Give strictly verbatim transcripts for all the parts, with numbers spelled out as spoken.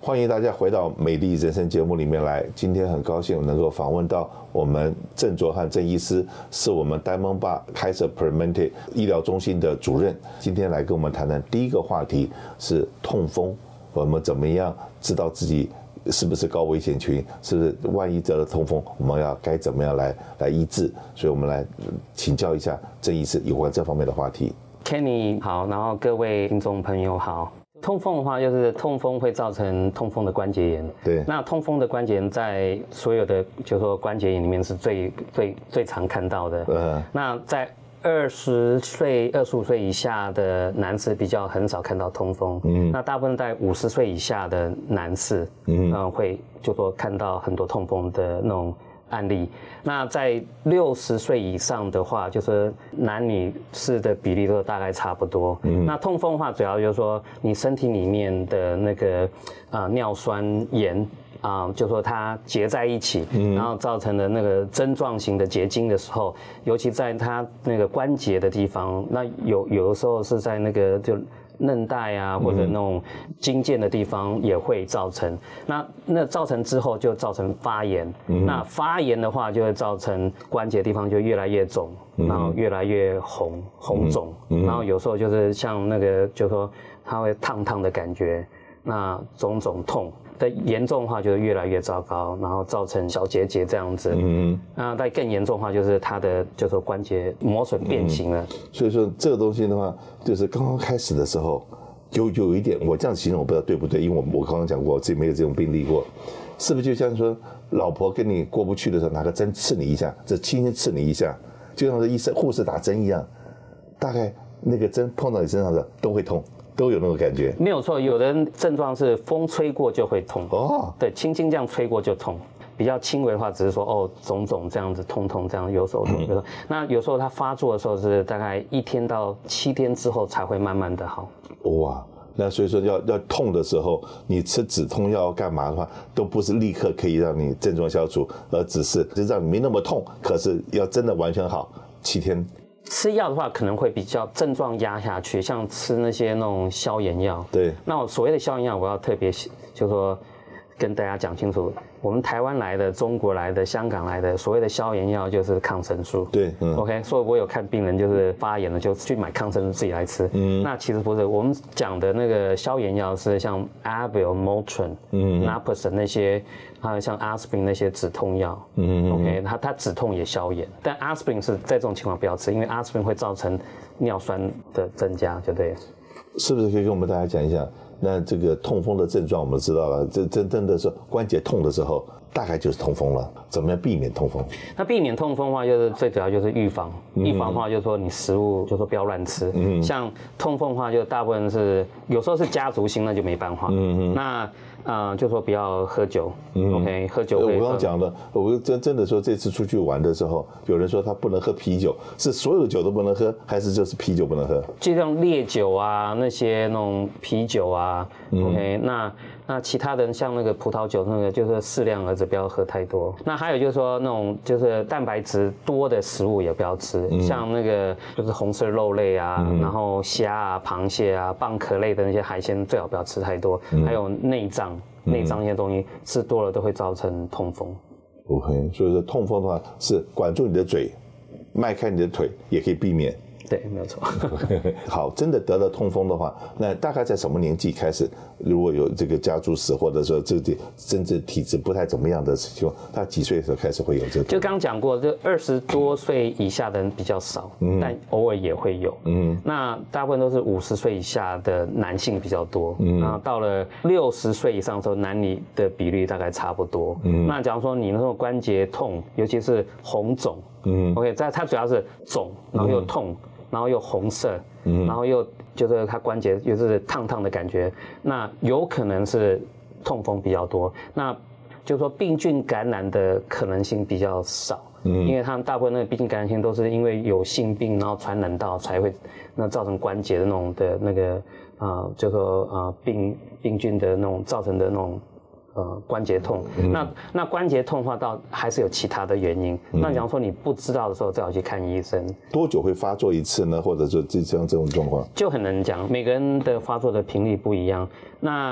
欢迎大家回到美丽人生节目里面来。今天很高兴能够访问到我们郑卓翰郑医师，是我们 Diamond Bar Kaiser Permanente 医疗中心的主任。今天来跟我们谈谈第一个话题是痛风，我们怎么样知道自己是不是高危险群？是不是万一得了痛风，我们要该怎么样来来医治？所以我们来请教一下郑医师有关这方面的话题。 Kenny 好，然后各位听众朋友好。痛风的话，就是痛风会造成痛风的关节炎。 对， 那痛风的关节炎在所有的就是说关节炎里面是最最最常看到的。嗯，那在二十岁、二十五岁以下的男士比较很少看到痛风。嗯，那大部分在五十岁以下的男士，嗯、呃，会就说看到很多痛风的那种案例。那在六十岁以上的话，就是男女士的比例都大概差不多。嗯，那痛风的话，主要就是说你身体里面的那个啊、呃、尿酸盐啊、呃，就说它结在一起，嗯、然后造成的那个针状型的结晶的时候，尤其在它那个关节的地方，那有有的时候是在那个就韧带啊，或者那种筋腱的地方也会造成。嗯、那那造成之后就造成发炎。嗯、那发炎的话，就会造成关节地方就越来越肿，嗯、然后越来越红红肿，嗯、然后有时候就是像那个，就说它会烫烫的感觉，那种种痛。的严重的话就越来越糟糕，然后造成小结节这样子。嗯，那再更严重的话就是它的就是说关节磨损变形了。嗯、 所以说这个东西的话，就是刚刚开始的时候，有有一点我这样形容我不知道对不对，因为我我刚刚讲过我自己没有这种病例过，是不是就像说老婆跟你过不去的时候拿个针刺你一下，这轻轻刺你一下，就像是医生护士打针一样，大概那个针碰到你身上的都会痛。都有那种感觉， 没有错。有的人症状是风吹过就会痛哦，对，轻轻这样吹过就痛。比较轻微的话，只是说哦肿肿这样子痛痛这样，有手痛。嗯、那有时候它发作的时候是大概一天到七天之后才会慢慢的好。 哇，那所以说要要痛的时候，你吃止痛药干嘛的话，都不是立刻可以让你症状消除，而只是就让你没那么痛。可是要真的完全好，七天。 吃药的话可能会比较症状压下去，像吃那些那种消炎药。 对， 那我所谓的消炎药，我要特别就是说跟大家讲清楚，我们台湾来的、中国来的、香港来的，所谓的消炎药就是抗生素。 对，嗯 ，OK， 所以我有看病人就是发炎了，就去买抗生素自己来吃。嗯，那其实不是，我们讲的那个消炎药是像 Avil、Motrin、嗯、Naproxen 那些。还有像 aspirin 那些止痛药，嗯 ，OK， 它它止痛也消炎，但 aspirin 是在这种情况不要吃，因为 aspirin 会造成尿酸的增加，就对了。 是不是可以跟我们大家讲一下？那这个痛风的症状我们知道了，这真正的是关节痛的时候，大概就是痛风了。怎么样避免痛风？ 那避免痛风的话，就是最主要就是预防。嗯、预防的话，就是说你食物就说不要乱吃。嗯，像痛风的话，就大部分是有时候是家族性，那就没办法。嗯嗯。那啊、呃，就说不要喝酒。嗯 ，OK， 喝酒会。 我刚刚讲了，我真真的说这次出去玩的时候，有人说他不能喝啤酒，是所有酒都不能喝，还是就是啤酒不能喝？ 就像烈酒啊，那些那种啤酒啊。嗯、OK， 那那其他人像那个葡萄酒，那个就是适量而止，不要喝太多。那还有就是说那种就是蛋白质多的食物也不要吃，嗯、像那个就是红色肉类啊，嗯、然后虾啊、螃蟹啊、蚌壳类的那些海鲜最好不要吃太多，嗯、还有内脏、内脏那些东西吃多了都会造成痛风。 OK， 所以说痛风的话是管住你的嘴，迈开你的腿也可以避免。 对，没有错。 好，真的得了痛风的话，那大概在什么年纪开始，如果有这个家族史，或者说这个甚至体质不太怎么样的情况，他几岁的时候开始会有这个？ 就刚讲过，就二十多岁以下的人比较少，嗯、但偶尔也会有。嗯，那大部分都是五十岁以下的男性比较多。嗯，然后到了六十岁以上的时候，男女的比例大概差不多。嗯，那假如说你那种关节痛，尤其是红肿，嗯 ，OK， 在它主要是肿，然后又痛。嗯，然后又红色，嗯、然后又就是它关节又是烫烫的感觉，那有可能是痛风比较多。那就是说病菌感染的可能性比较少，嗯、因为他们大部分那个病菌感染性都是因为有性病，然后传染到才会那造成关节的那种的那个啊、呃，就说啊、呃、病病菌的那种造成的那种。呃，关节痛，嗯、那那关节痛的话，到还是有其他的原因。嗯、那假如说你不知道的时候，最好去看医生。 多久会发作一次呢？或者说这像这种状况， 就很难讲，每个人的发作的频率不一样。那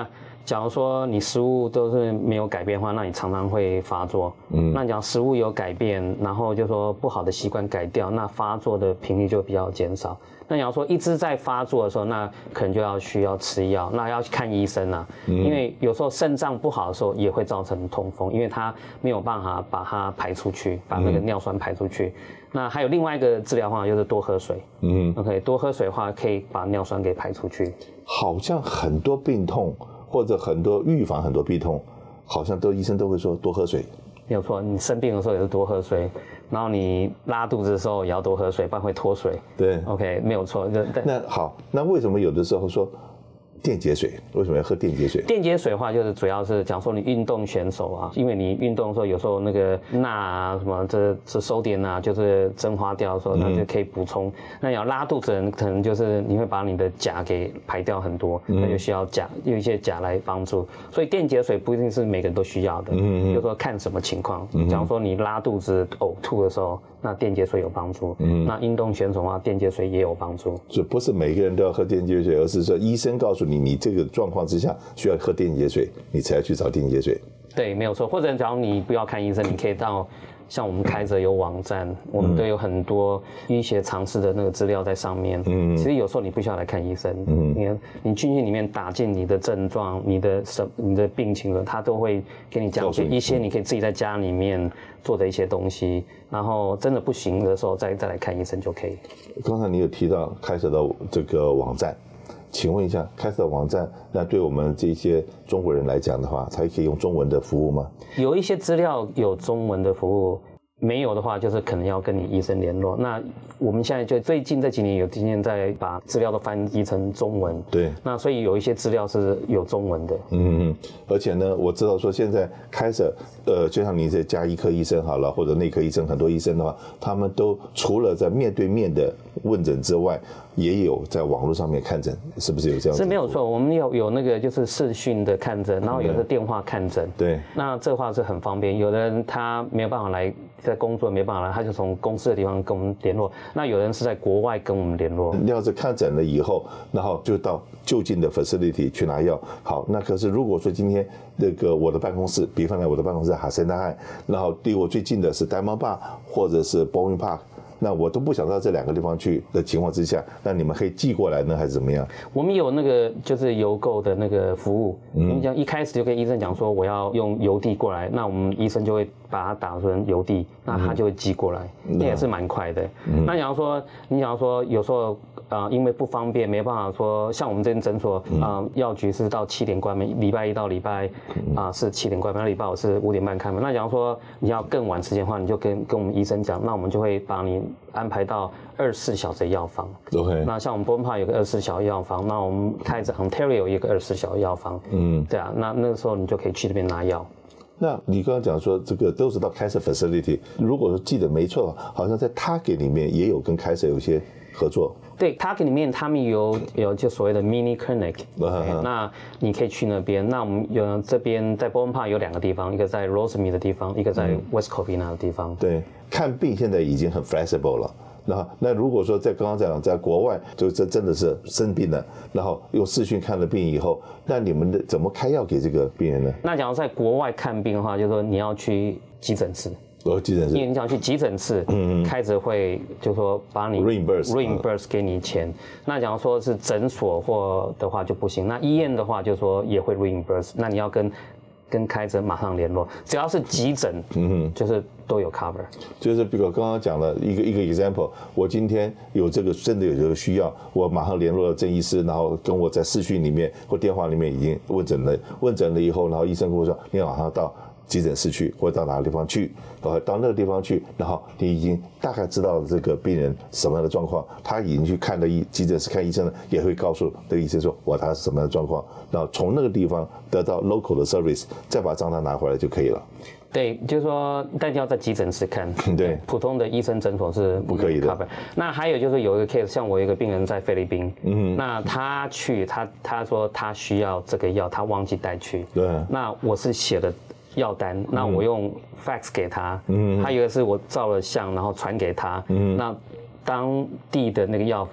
假如说你食物都是没有改变的话，那你常常会发作。嗯，那讲食物有改变，然后就说不好的习惯改掉，那发作的频率就比较减少。那你要说一直在发作的时候，那可能就要需要吃药，那要去看医生啊。嗯，因为有时候肾脏不好的时候也会造成痛风，因为它没有办法把它排出去，把那个尿酸排出去。嗯，那还有另外一个治疗方法就是多喝水。嗯 ，OK， 多喝水的话可以把尿酸给排出去。 好像很多病痛或者很多预防很多病痛，好像都医生都会说多喝水。 没有错，你生病的时候也是多喝水，然后你拉肚子的时候也要多喝水，不然会脱水。 对 ，OK， 没有错。 那好，那为什么有的时候说电解水，为什么要喝电解水？ 电解水的话，就是主要是讲说你运动选手啊，因为你运动的时候，有时候那个钠啊什么这这收点啊，就是蒸发掉的时候，那就可以补充。嗯、那你要拉肚子的人，可能就是你会把你的钾给排掉很多，嗯、那就需要钾，有一些钾来帮助。所以电解水不一定是每个人都需要的，嗯、就是说看什么情况。嗯、假如说你拉肚子、呕吐的时候，那电解水有帮助。嗯、那运动选手的话，电解水也有帮助。 所以不是每个人都要喝电解水，而是说医生告诉你。你这个状况之下需要喝电解水，你才要去找电解水。 对，没有错。或者假如你不要看医生，你可以到像我们开着有网站，我们都有很多医学常识的那个资料在上面。嗯，其实有时候你不需要来看医生，嗯，你你进去里面打进你的症状、你的什、你的病情了，他都会给你讲一些你可以自己在家里面做的一些东西，然后真的不行的时候再再来看医生就可以。 刚才你有提到开设的这个网站。请问一下，开设网站，那对我们这些中国人来讲的话，才可以用中文的服务吗？ 有一些资料有中文的服务，没有的话，就是可能要跟你医生联络。那我们现在就最近这几年有今天在把资料都翻译成中文， 对， 那所以有一些资料是有中文的。 嗯嗯，而且呢，我知道说现在开设，呃，就像你这家医科医生好了，或者内科医生，很多医生的话，他们都除了在面对面的问诊之外，也有在网络上面看诊，是不是有这样子？ 是没有错，我们有有那个就是视讯的看诊，然后有的电话看诊。 对， 那这话是很方便。有的人他没有办法来，在工作没办法来，他就从公司的地方跟我们联络。那有人是在国外跟我们联络。 要是看诊了以后，然后就到就近的 facility 去拿药。好，那可是如果说今天那个我的办公室，比方来我的办公室在哈森大汉，然后离我最近的是 Diamond Bar 或者是 Bowen Park。那我都不想到这两个地方去的情况之下，那你们可以寄过来呢，还是怎么样？ 我们有那个就是邮购的那个服务，嗯，你讲一开始就跟医生讲说我要用邮递过来，那我们医生就会把它打成邮递，那他就会寄过来，那、嗯、也是蛮快的。嗯、那假如说你假如说有时候啊、呃，因为不方便没办法说，像我们这间诊所啊，药、呃、局是到七点关门，礼拜一到礼拜啊、呃、是七点关门，那礼拜五是五点半开门。那假如说你要更晚时间的话，你就跟跟我们医生讲，那我们就会把你安排到二十四小时的药房。 OK。 那像我们 Bowen Park 有个二十四小时药房，那我们开着 Ontario 有一个二十四小时药房。嗯，对啊，那那个时候你就可以去那边拿药。 那你刚刚讲说这个都是到开设 facility， 如果说记得没错，好像在 Target 里面也有跟开设有些合作。 对 ，Target 里面他们有有就所谓的 mini clinic，、uh-huh. 那你可以去那边。那我们有这边在 Bowen Park 有两个地方，一个在 Rosemead 的地方，一个在 West Covina 的地方。 嗯、对，看病现在已经很 flexible 了。那那如果说在刚刚讲在国外，就这真的是生病了，然后用视讯看了病以后，那你们的怎么开药给这个病人呢？ 那假如在国外看病的话，就是说你要去急诊室。 哦，急诊室， 因为你想去急诊室，嗯嗯，开着会就说把你 reimburse reimburse 给你钱。那假如说是诊所或的话就不行。那医院的话就说也会 reimburse， 那你要跟跟开诊马上联络，只要是急诊，嗯，就是都有 cover。 就是比如刚刚讲了一个一个 example， 我今天有这个真的有这个需要，我马上联络了郑医师，然后跟我在视讯里面或电话里面已经问诊了，问诊了以后，然后医生跟我说你马上到急诊室去，或者到哪个地方去，然后到那个地方去，然后你已经大概知道这个病人什么样的状况，他已经去看了医急诊室看医生了，也会告诉这个医生说我他是什么样的状况，然后从那个地方得到 local 的 service， 再把账单拿回来就可以了。 对，就是说，但要在急诊室看。 对， 普通的医生诊所是不可以的。 那还有就是有一个 case， 像我有一个病人在菲律宾，嗯，那他去，他他说他需要这个药，他忘记带去。 对。 那我是写的药单，那我用 fax 给他，嗯，还有一个是我照了相，然后传给他，嗯，那当地的那个药房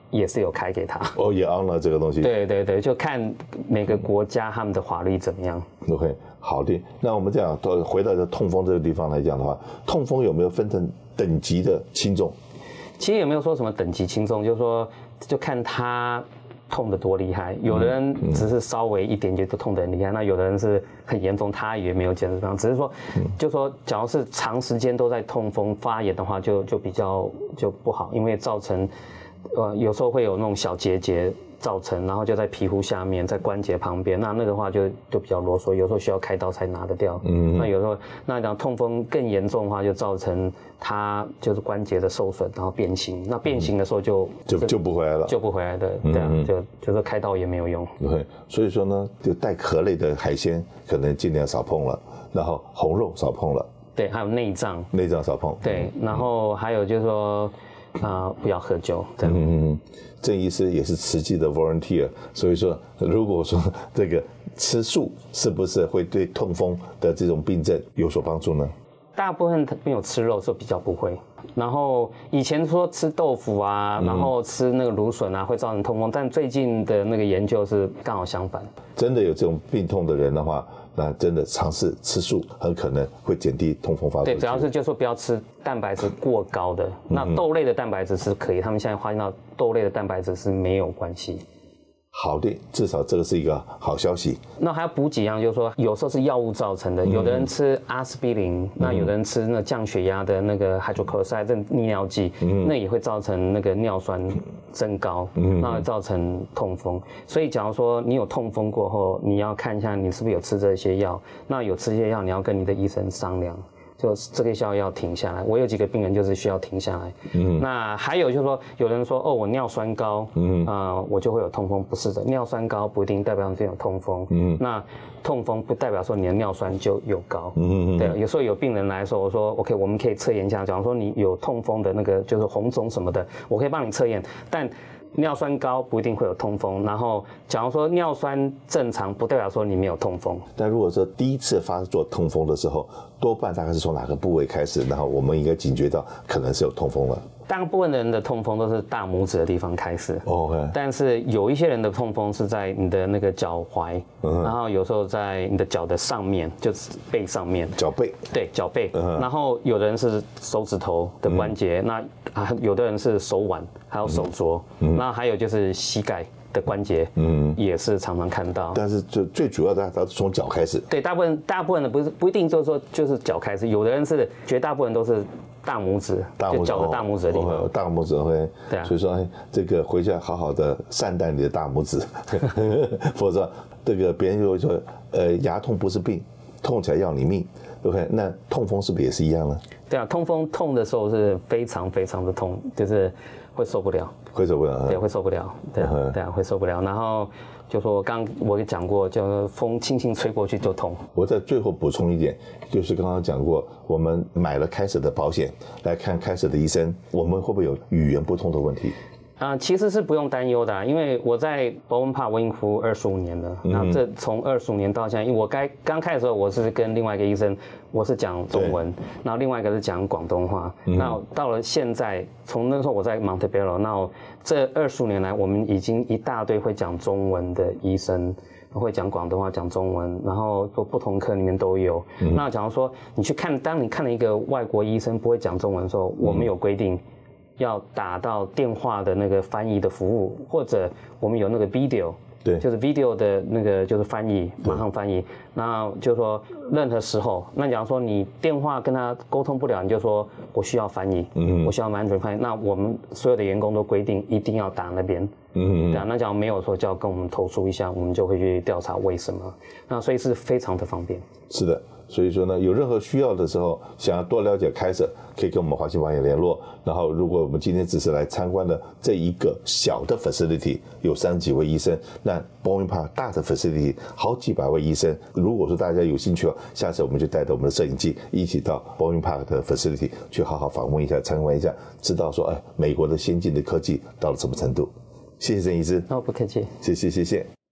也是有开给他。 哦，也 on 了这个东西。 对对对，就看每个国家他们的法律怎么样。 OK， 好的。那我们这样回到这痛风这个地方来讲的话，痛风有没有分成等级的轻重？ 其实也没有说什么等级轻重，就是说就看他痛得多厉害。有的人只是稍微一点点就痛得很厉害，那有的人是很严重，他也没有检测上，只是说，就说假如是长时间都在痛风发炎的话，就就比较就不好，因为造成。呃，有时候会有那种小结节造成，然后就在皮肤下面，在关节旁边，那那个的话就就比较啰嗦，有时候需要开刀才拿得掉。嗯，那有时候那讲痛风更严重的话，就造成它就是关节的受损，然后变形。那变形的时候就就救不回来了， 救不回来的，对啊，就就说开刀也没有用。 对，所以说呢，就带壳类的海鲜可能尽量少碰了，然后红肉少碰了。 对，还有内脏， 内脏少碰。 对，然后还有就是说。啊、呃，不要喝酒。这样。 嗯嗯，郑医师也是慈济的 volunteer， 所以说，如果说这个吃素是不是会对痛风的这种病症有所帮助呢？ 大部分没有吃肉的时候比较不会。然后以前说吃豆腐啊，然后吃那个芦笋啊会造成痛风，但最近的那个研究是刚好相反。 真的有这种病痛的人的话，那真的尝试吃素，很可能会减低痛风发作。 对，主要是就说不要吃蛋白质过高的。那豆类的蛋白质是可以，他们现在发现到豆类的蛋白质是没有关系。 好的，至少这个是一个好消息。 那还要补几样，就是说有时候是药物造成的，有的人吃阿司匹林，嗯、那有的人吃那降血压的那个 hydrochloride 这利尿剂，嗯、那也会造成那个尿酸增高，嗯、那会造成痛风。所以假如说你有痛风过后，你要看一下你是不是有吃这些药，那有吃这些药，你要跟你的医生商量。就这个药要停下来，我有几个病人就是需要停下来。嗯，那还有就是说，有人说哦，我尿酸高，嗯啊、呃，我就会有痛风，不是的，尿酸高不一定代表你有痛风。嗯，那痛风不代表说你的尿酸就有高。嗯嗯对，有时候有病人来说，我说 OK， 我们可以测验一下，假如说你有痛风的那个就是红肿什么的，我可以帮你测验，但。尿酸高不一定会有痛风，然后假如说尿酸正常，不代表说你没有痛风。 但如果说第一次发作痛风的时候，多半大概是从哪个部位开始，然后我们应该警觉到可能是有痛风了。 大部分人的痛风都是大拇指的地方开始， okay. 但是有一些人的痛风是在你的那个脚踝，嗯、然后有时候在你的脚的上面，就是背上面。 脚背。 对，脚背。嗯、然后有的人是手指头的关节，嗯、那啊有的人是手腕，还有手肘，嗯、那还有就是膝盖的关节，嗯，也是常常看到。 但是最最主要的，它是从脚开始。 对，大部分大部分的不是不一定就是说就是脚开始，有的人是绝大部分都是。大拇指，大拇指就脚的大拇指的地方， 哦、大拇指会， 对啊， 所以说哎，这个回去好好的善待你的大拇指，否则这个别人就会说，呃，牙痛不是病，痛起来要你命 ，OK？ 那痛风是不是也是一样呢？ 对啊，痛风痛的时候是非常非常的痛，就是会受不了， 会受不了， 对，会受不了，对啊，对啊，会受不了，然后。就说刚我也讲过，就风轻轻吹过去就痛。 我在最后补充一点，就是刚刚讲过，我们买了开始的保险来看开始的医生，我们会不会有语言不通的问题？ 啊、呃，其实是不用担忧的、啊，因为我在博文帕我已经服务二十五年了。嗯、那这从二十五年到现在，因为我该刚开始的时候，我是跟另外一个医生，我是讲中文，然后另外一个是讲广东话。嗯、那到了现在，从那时候我在 Montebello， 那这二十五年来，我们已经一大堆会讲中文的医生。会讲广东话，讲中文，然后不不同科里面都有。嗯、那假如说你去看，当你看了一个外国医生不会讲中文的时候，我们有规定。要打到电话的那个翻译的服务，或者我们有那个 video， 对， 就是 video 的那个就是翻译，马上翻译。那就是说任何时候，那假如说你电话跟他沟通不了，你就说我需要翻译，嗯，我需要完整翻译。那我们所有的员工都规定一定要打那边，嗯，对啊。那假如没有说就要跟我们投诉一下，我们就会去调查为什么。那所以是非常的方便。 是的。所以说呢，有任何需要的时候，想要多了解开始，可以跟我们华信保险联络。然后，如果我们今天只是来参观的这一个小的 facility， 有三十几位医生，那 Boeing Park 大的 facility 好几百位医生。如果说大家有兴趣哦，下次我们就带着我们的摄影机一起到 Boeing Park 的 facility 去好好访问一下、参观一下，知道说，哎，美国的先进的科技到了什么程度。谢谢郑医师。 哦，不客气。 谢谢，谢谢。